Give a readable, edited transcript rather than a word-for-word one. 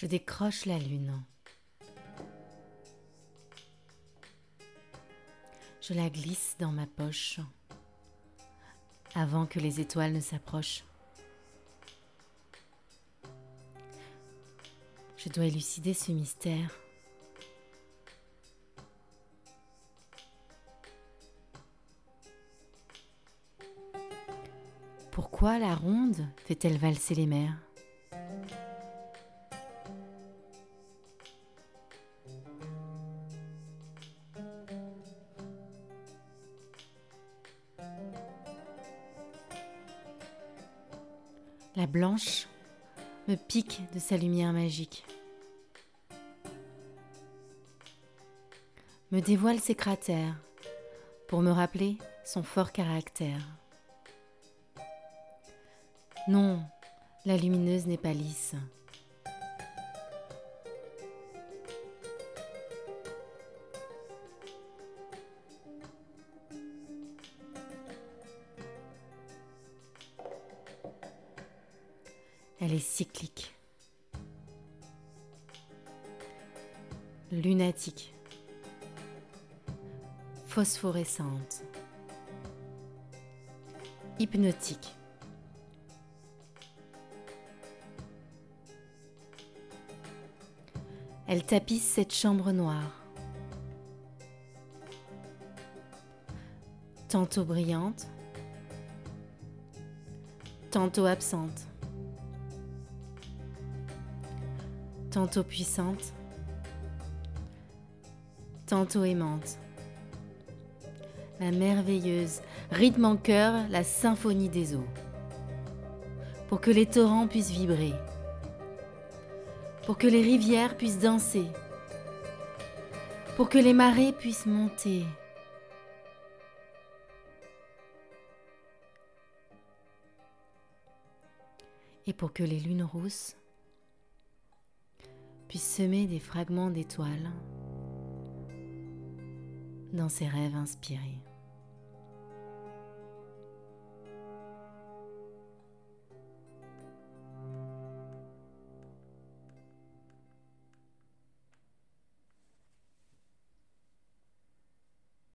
Je décroche la lune. Je la glisse dans ma poche avant que les étoiles ne s'approchent. Je dois élucider ce mystère. Pourquoi la ronde fait-elle valser les mers ? La blanche me pique de sa lumière magique, me dévoile ses cratères pour me rappeler son fort caractère. Non, la lumineuse n'est pas lisse. Elle est cyclique, lunatique, phosphorescente, hypnotique. Elle tapisse cette chambre noire, tantôt brillante, tantôt absente, tantôt puissante, tantôt aimante. La merveilleuse rythme en chœur la symphonie des eaux, pour que les torrents puissent vibrer, pour que les rivières puissent danser, pour que les marées puissent monter. Et pour que les lunes rousses puissent semer des fragments d'étoiles dans ses rêves inspirés.